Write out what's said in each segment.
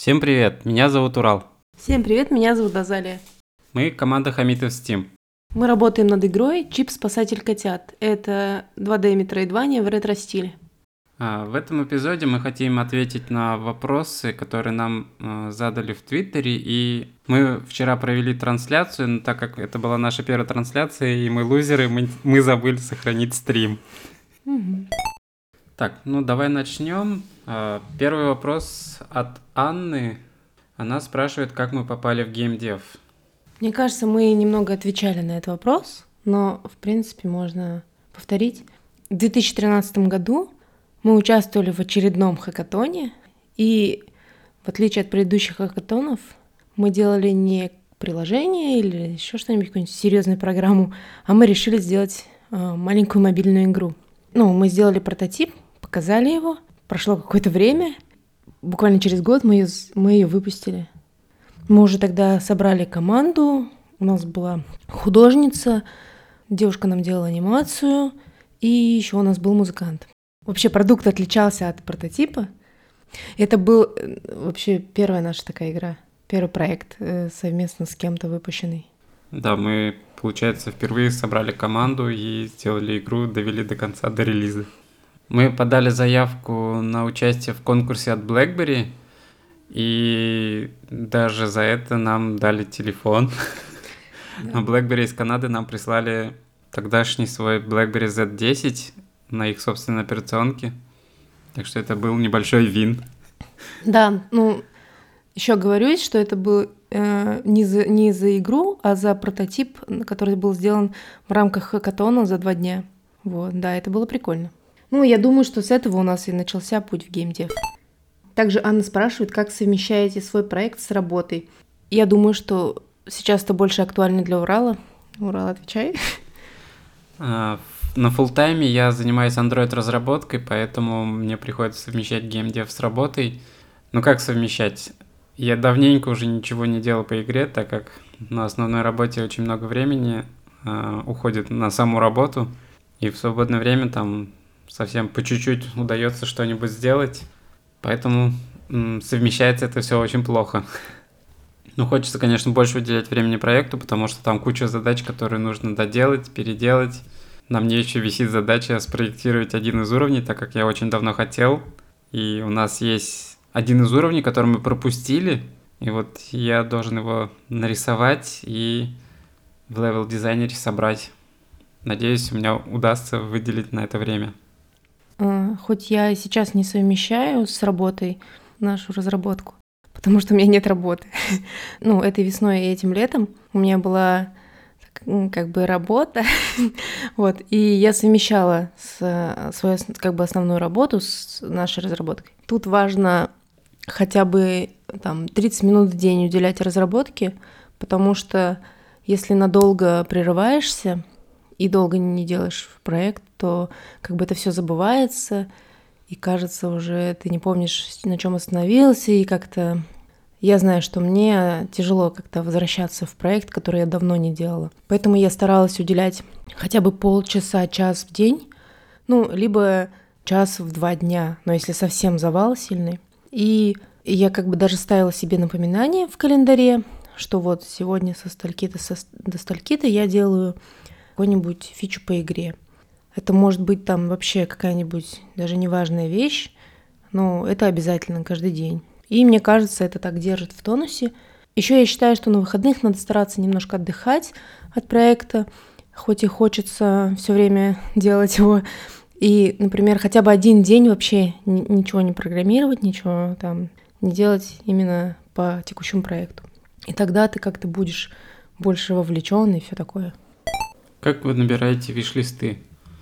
Всем привет, меня зовут Урал. Всем привет, меня зовут Азалия. Мы команда Хамитов Steam. Мы работаем над игрой «Чип Спасатель котят». Это 2D метроидвания в ретро-стиле. В этом эпизоде мы хотим ответить на вопросы, которые нам задали в Твиттере. И мы вчера провели трансляцию, но так как это была наша первая трансляция, и мы лузеры, мы забыли сохранить стрим. Так, давай начнем. Первый вопрос от Анны. Она спрашивает, как мы попали в геймдев. Мне кажется, мы немного отвечали на этот вопрос, но, в принципе, можно повторить. В 2013 году мы участвовали в очередном хакатоне, и в отличие от предыдущих хакатонов, мы делали не приложение или еще что-нибудь, какую-нибудь серьезную программу, а мы решили сделать маленькую мобильную игру. Мы сделали прототип, показали его, прошло какое-то время, буквально через год мы ее выпустили. Мы уже тогда собрали команду, у нас была художница, девушка нам делала анимацию, и еще у нас был музыкант. Вообще продукт отличался от прототипа. Это был вообще первая наша такая игра, первый проект совместно с кем-то выпущенный. Да, мы, получается, впервые собрали команду и сделали игру, довели до конца, до релиза. Мы подали заявку на участие в конкурсе от BlackBerry, и даже за это нам дали телефон. Да. BlackBerry из Канады нам прислали тогдашний свой BlackBerry Z10 на их собственной операционке. Так что это был небольшой вин. Да, еще говорю, что это был не за игру, а за прототип, который был сделан в рамках хакатона за 2 дня. Вот, да, это было прикольно. Я думаю, что с этого у нас и начался путь в геймдев. Также Анна спрашивает, как совмещаете свой проект с работой. Я думаю, что сейчас это больше актуально для Урала. Урал, отвечай. На фуллтайме я занимаюсь Android-разработкой, поэтому мне приходится совмещать геймдев с работой. Как совмещать? Я давненько уже ничего не делал по игре, так как на основной работе очень много времени уходит на саму работу. И в свободное время там совсем по чуть-чуть удается что-нибудь сделать. Поэтому совмещается это все очень плохо. Хочется, конечно, больше уделять времени проекту, потому что там куча задач, которые нужно доделать, переделать. На мне еще висит задача спроектировать один из уровней, так как я очень давно хотел. И у нас есть один из уровней, который мы пропустили. И вот я должен его нарисовать и в левел-дизайнере собрать. Надеюсь, у меня удастся выделить на это время. Хоть я сейчас не совмещаю с работой нашу разработку, потому что у меня нет работы. Этой весной и этим летом у меня была работа, вот, и я совмещала свою основную работу с нашей разработкой. Тут важно хотя бы 30 минут в день уделять разработке, потому что если надолго прерываешься и долго не делаешь проект, то это все забывается, и кажется, уже ты не помнишь, на чем остановился, и как-то я знаю, что мне тяжело как-то возвращаться в проект, который я давно не делала. Поэтому я старалась уделять хотя бы полчаса, час в день, либо час в 2 дня, но если совсем завал сильный. И я даже ставила себе напоминание в календаре, что вот сегодня со стольки-то до стольки-то я делаю какую-нибудь фичу по игре. Это может быть вообще какая-нибудь даже неважная вещь, но это обязательно каждый день. И мне кажется, это так держит в тонусе. Еще я считаю, что на выходных надо стараться немножко отдыхать от проекта, хоть и хочется все время делать его. И, например, хотя бы 1 день вообще ничего не программировать, ничего не делать именно по текущему проекту. И тогда ты как-то будешь больше вовлечен и все такое. Как вы набираете виш-листы?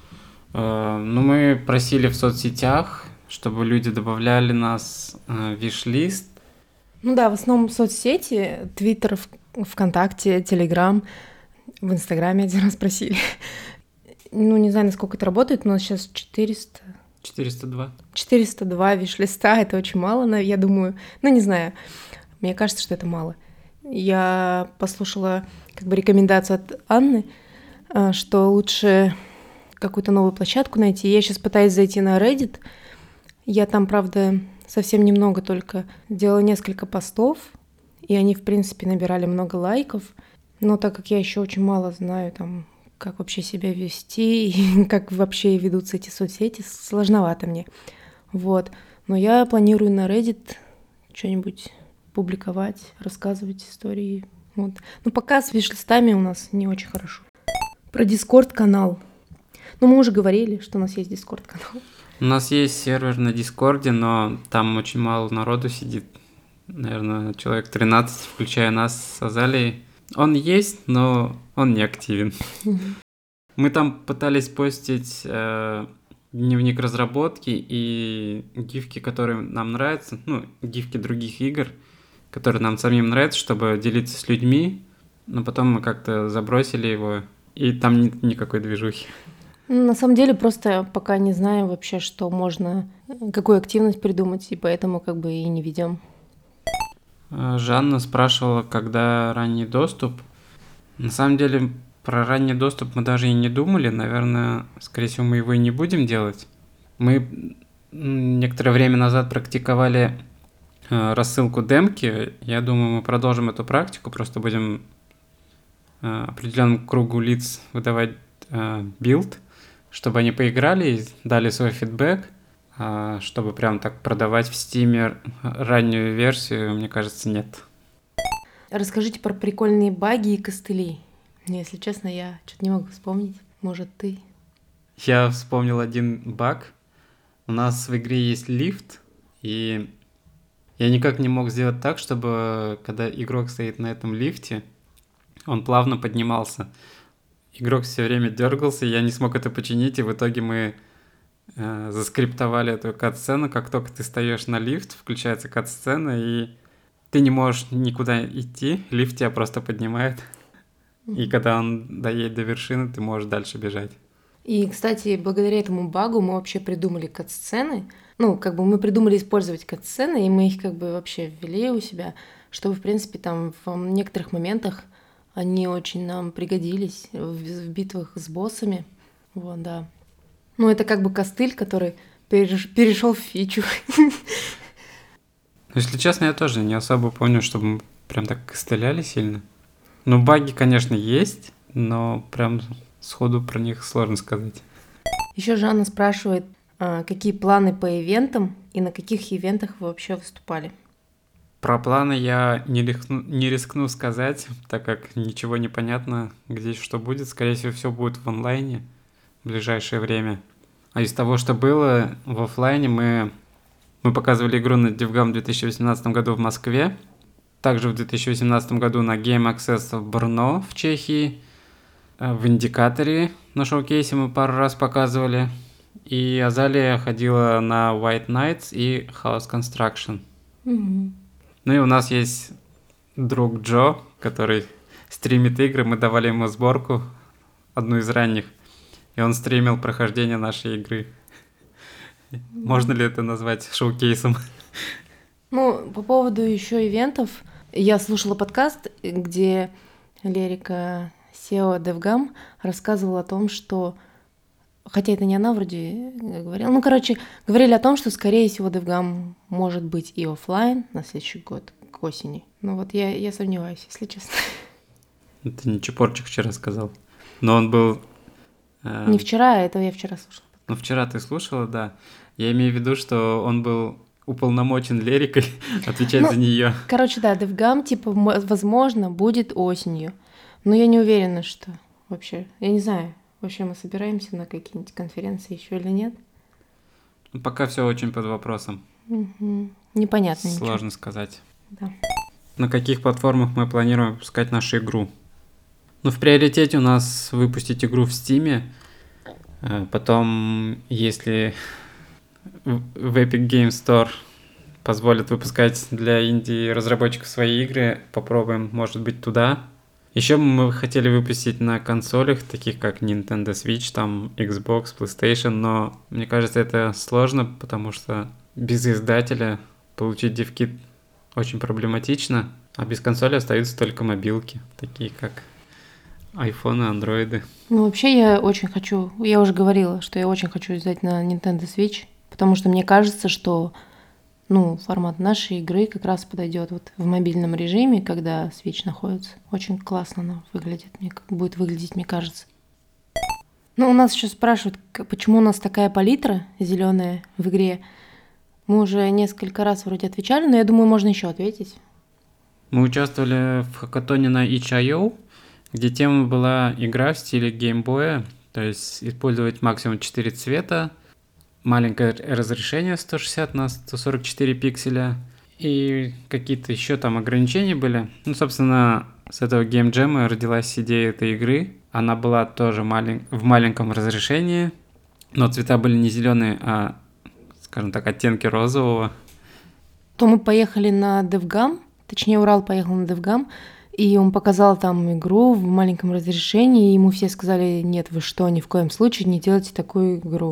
Мы просили в соцсетях, чтобы люди добавляли нас в виш-лист. В основном соцсети, Твиттер, ВКонтакте, Телеграм, в Инстаграме 1 раз просили. Не знаю, насколько это работает, но сейчас 402 виш-листа, это очень мало, я думаю. Не знаю, мне кажется, что это мало. Я послушала рекомендацию от Анны, что лучше какую-то новую площадку найти. Я сейчас пытаюсь зайти на Reddit. Я там, правда, совсем немного только. Делала несколько постов, и они, в принципе, набирали много лайков. Но так как я еще очень мало знаю, там, как вообще себя вести, и как вообще ведутся эти соцсети, сложновато мне. Вот. Но я планирую на Reddit что-нибудь публиковать, рассказывать истории. Вот. Но пока с виш-листами у нас не очень хорошо. Про Discord-канал. Ну, мы уже говорили, что у нас есть Discord-канал. У нас есть сервер на Дискорде, но там очень мало народу сидит. Наверное, человек 13, включая нас с Азалией. Он есть, но он не активен. Мы там пытались постить дневник разработки и гифки, которые нам нравятся, ну, гифки других игр, которые нам самим нравятся, чтобы делиться с людьми, но потом мы как-то забросили его, и там нет никакой движухи. На самом деле просто пока не знаю вообще, что можно, какую активность придумать, и поэтому как бы и не ведем. Жанна спрашивала, когда ранний доступ. На самом деле, про ранний доступ мы даже и не думали. Наверное, скорее всего, мы его и не будем делать. Мы некоторое время назад практиковали рассылку демки. Я думаю, мы продолжим эту практику. Просто будем определенному кругу лиц выдавать билд, чтобы они поиграли и дали свой фидбэк. Чтобы прям так продавать в Стиме раннюю версию, мне кажется, нет. Расскажите про прикольные баги и костыли. Если честно, я что-то не могу вспомнить. Может, ты? Я вспомнил один баг. У нас в игре есть лифт, и я никак не мог сделать так, чтобы когда игрок стоит на этом лифте, он плавно поднимался. Игрок все время дергался, я не смог это починить, и в итоге мы заскриптовали эту кат-сцену. Как только ты встаешь на лифт, включается кат-сцена, и ты не можешь никуда идти, лифт тебя просто поднимает. И когда он доедет до вершины, ты можешь дальше бежать. И, кстати, благодаря этому багу мы вообще придумали кат-сцены. Ну, как бы мы придумали использовать кат-сцены, и мы их как бы вообще ввели у себя, чтобы, в принципе, там в некоторых моментах они очень нам пригодились в битвах с боссами. Вот, да. Ну, это как бы костыль, который перешел в фичу. Если честно, я тоже не особо помню, чтобы мы прям так костыляли сильно. Ну, баги, конечно, есть, но прям сходу про них сложно сказать. Еще Жанна спрашивает, какие планы по ивентам и на каких ивентах вы вообще выступали? Про планы я не рискну сказать, так как ничего не понятно, где что будет. Скорее всего, все будет в онлайне в ближайшее время. А из того, что было в офлайне, мы показывали игру на DevGam в 2018 году в Москве. Также в 2018 году на Game Access в Брно в Чехии. В Индикаторе на шоу-кейсе мы пару раз показывали. И Азалия ходила на White Nights и House Construction. Угу. Ну и у нас есть друг Джо, который стримит игры. Мы давали ему сборку, одну из ранних. И он стримил прохождение нашей игры. Можно ли это назвать шоу-кейсом? Ну, по поводу еще ивентов, я слушала подкаст, где Лерика SEO DevGam рассказывала о том, что, хотя это не она вроде говорила, ну, короче, говорили о том, что, скорее всего, DevGam может быть и офлайн на следующий год, к осени. Ну вот я сомневаюсь, если честно. Это не Чепорчик вчера сказал. Но он был... Не вчера, это я вчера слушала. Ну, вчера ты слушала, да. Я имею в виду, что он был уполномочен Лерикой отвечать за нее. Короче, да, DevGam, типа, возможно, будет осенью. Но я не уверена, что вообще... Я не знаю, вообще мы собираемся на какие-нибудь конференции еще или нет. Пока все очень под вопросом. Угу. Непонятно ничего. Сложно сказать. Да. На каких платформах мы планируем выпускать нашу игру? Ну, в приоритете у нас выпустить игру в Steam. Потом, если в Epic Games Store позволят выпускать для инди-разработчиков свои игры, попробуем, может быть, туда. Еще мы хотели выпустить на консолях, таких как Nintendo Switch, там Xbox, PlayStation, но мне кажется, это сложно, потому что без издателя получить дивкит очень проблематично, а без консоли остаются только мобилки, такие как iPhone и Android. Ну, вообще я очень хочу, я уже говорила, что я очень хочу издать на Nintendo Switch, потому что мне кажется, что Ну, формат нашей игры как раз подойдет вот в мобильном режиме, когда Switch находится. Очень классно она выглядит, будет выглядеть, мне кажется. Ну, у нас еще спрашивают, почему у нас такая палитра зеленая в игре. Мы уже несколько раз вроде отвечали, но я думаю, можно еще ответить. Мы участвовали в хакатоне на itch.io, где тема была игра в стиле геймбоя, то есть использовать максимум 4 цвета, маленькое разрешение 160 на 144 пикселя и какие-то еще там ограничения были. Ну, собственно, с этого геймджема родилась идея этой игры. Она была тоже в маленьком разрешении, но цвета были не зеленые, а, скажем так, оттенки розового. То мы поехали на DevGam, точнее Урал поехал на DevGam, и он показал там игру в маленьком разрешении, и ему все сказали: нет, вы что, ни в коем случае не делайте такую игру.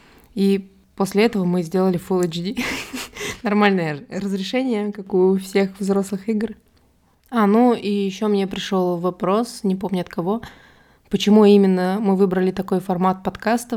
И после этого мы сделали Full HD. Нормальное разрешение, как у всех взрослых игр. Ну и еще мне пришел вопрос, не помню от кого, почему именно мы выбрали такой формат подкастов.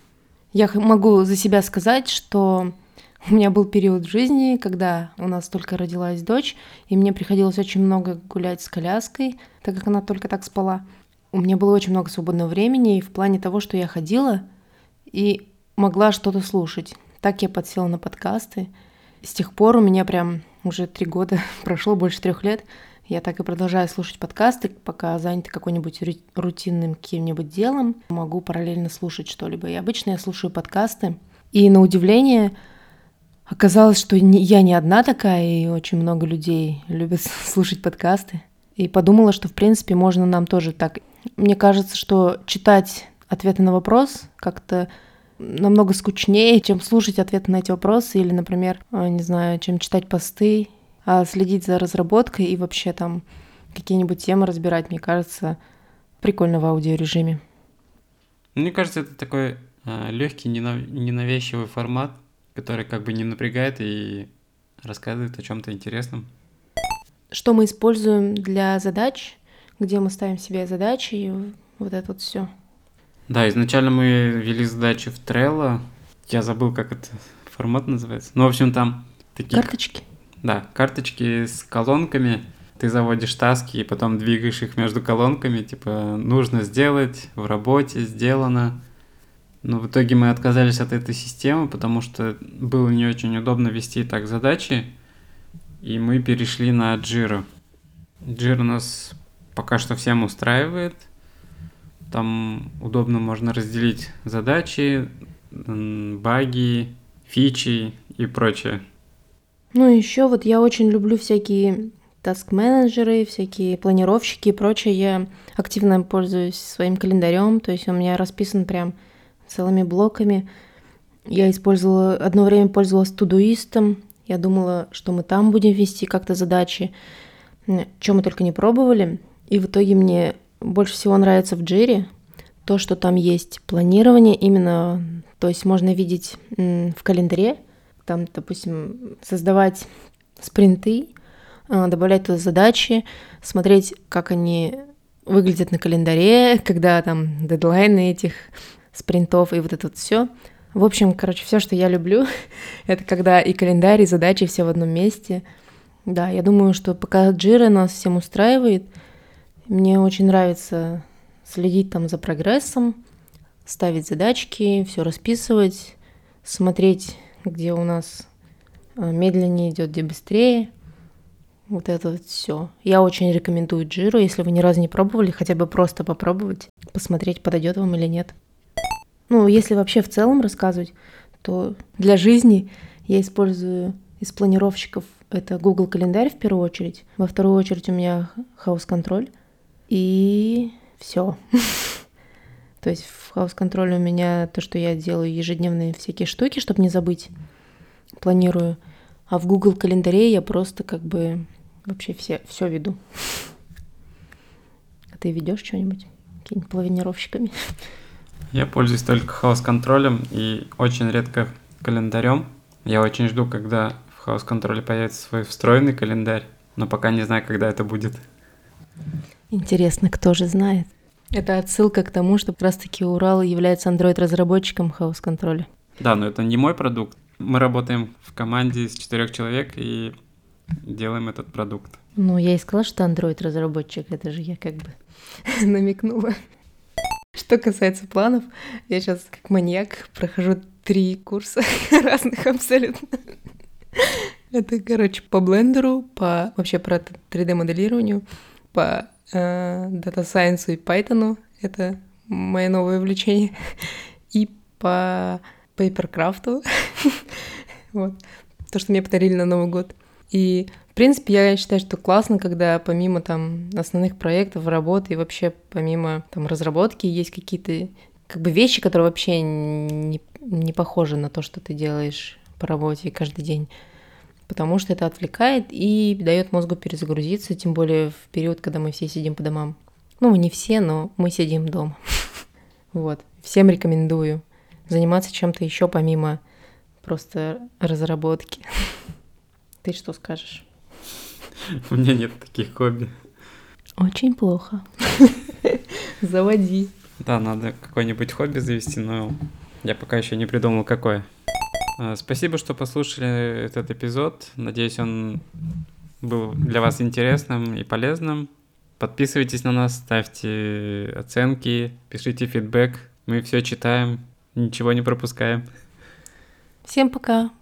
Я могу за себя сказать, что у меня был период в жизни, когда у нас только родилась дочь, и мне приходилось очень много гулять с коляской, так как она только так спала. У меня было очень много свободного времени, и в плане того, что я ходила и могла что-то слушать. Так я подсела на подкасты. С тех пор у меня прям уже 3 года прошло, больше 3 лет. Я так и продолжаю слушать подкасты, пока занята какой-нибудь рутинным каким-нибудь делом. Могу параллельно слушать что-либо. И обычно я слушаю подкасты. И на удивление оказалось, что я не одна такая, и очень много людей любят слушать подкасты. И подумала, что, в принципе, можно нам тоже так. Мне кажется, что читать ответы на вопрос как-то намного скучнее, чем слушать ответы на эти вопросы или, например, не знаю, чем читать посты, а следить за разработкой и вообще там какие-нибудь темы разбирать, мне кажется, прикольно в аудиорежиме. Мне кажется, это такой легкий, ненавязчивый формат, который как бы не напрягает и рассказывает о чем-то интересном. Что мы используем для задач, где мы ставим себе задачи и вот это вот все. Да, изначально мы ввели задачи в Trello. Я забыл, как это формат называется. Ну, в общем, там такие... Карточки? Да, карточки с колонками. Ты заводишь таски и потом двигаешь их между колонками. Типа, нужно сделать, в работе, сделано. Но в итоге мы отказались от этой системы, потому что было не очень удобно вести так задачи. И мы перешли на Jira. Jira нас пока что всем устраивает. Там удобно можно разделить задачи, баги, фичи и прочее. Ну и еще вот я очень люблю всякие таск-менеджеры, всякие планировщики и прочее. Я активно пользуюсь своим календарем, то есть он у меня расписан прям целыми блоками. Я одно время пользовалась Тудуистом. Я думала, что мы там будем вести как-то задачи, что мы только не пробовали. И в итоге мне больше всего нравится в Jira то, что там есть планирование именно, то есть можно видеть в календаре, там, допустим, создавать спринты, добавлять туда задачи, смотреть, как они выглядят на календаре, когда там дедлайны этих спринтов и вот это вот все. В общем, все, что я люблю, это когда и календарь, и задачи все в одном месте. Да, я думаю, что пока Jira нас всем устраивает, мне очень нравится следить там за прогрессом, ставить задачки, все расписывать, смотреть, где у нас медленнее идет, где быстрее. Вот это вот все. Я очень рекомендую Jira, если вы ни разу не пробовали, хотя бы просто попробовать, посмотреть, подойдет вам или нет. Ну, если вообще в целом рассказывать, то для жизни я использую из планировщиков это Google календарь в первую очередь. Во вторую очередь у меня House Control. И все. То есть в House Control у меня то, что я делаю ежедневные всякие штуки, чтобы не забыть, планирую. А в Google календаре я просто как бы вообще все веду. А ты ведешь что-нибудь? Какими-нибудь планировщиками? Я пользуюсь только House Control и очень редко календарем. Я очень жду, когда в House Control появится свой встроенный календарь, но пока не знаю, когда это будет. Интересно, кто же знает? Это отсылка к тому, что как раз-таки Урал является Android-разработчиком House Control. Да, но это не мой продукт. Мы работаем в команде из 4 человек и делаем этот продукт. Ну, я и сказала, что Android-разработчик, это же я как бы намекнула. Что касается планов, я сейчас как маньяк прохожу 3 курса разных абсолютно. Это, короче, по блендеру, вообще про 3D-моделированию, по Data Science и Python, это мое новое увлечение, и по пейперкрафту, вот, то, что мне подарили на Новый год. И, в принципе, я считаю, что классно, когда помимо там основных проектов, работы и вообще помимо там разработки есть какие-то как бы вещи, которые вообще не похожи на то, что ты делаешь по работе каждый день. Потому что это отвлекает и дает мозгу перезагрузиться, тем более в период, когда мы все сидим по домам. Ну, не все, но мы сидим дома. Вот. Всем рекомендую заниматься чем-то еще помимо просто разработки. Ты что скажешь? У меня нет таких хобби. Очень плохо. Заводи. Да, надо какое-нибудь хобби завести, но я пока еще не придумал, какое. Спасибо, что послушали этот эпизод. Надеюсь, он был для вас интересным и полезным. Подписывайтесь на нас, ставьте оценки, пишите фидбэк. Мы все читаем, ничего не пропускаем. Всем пока.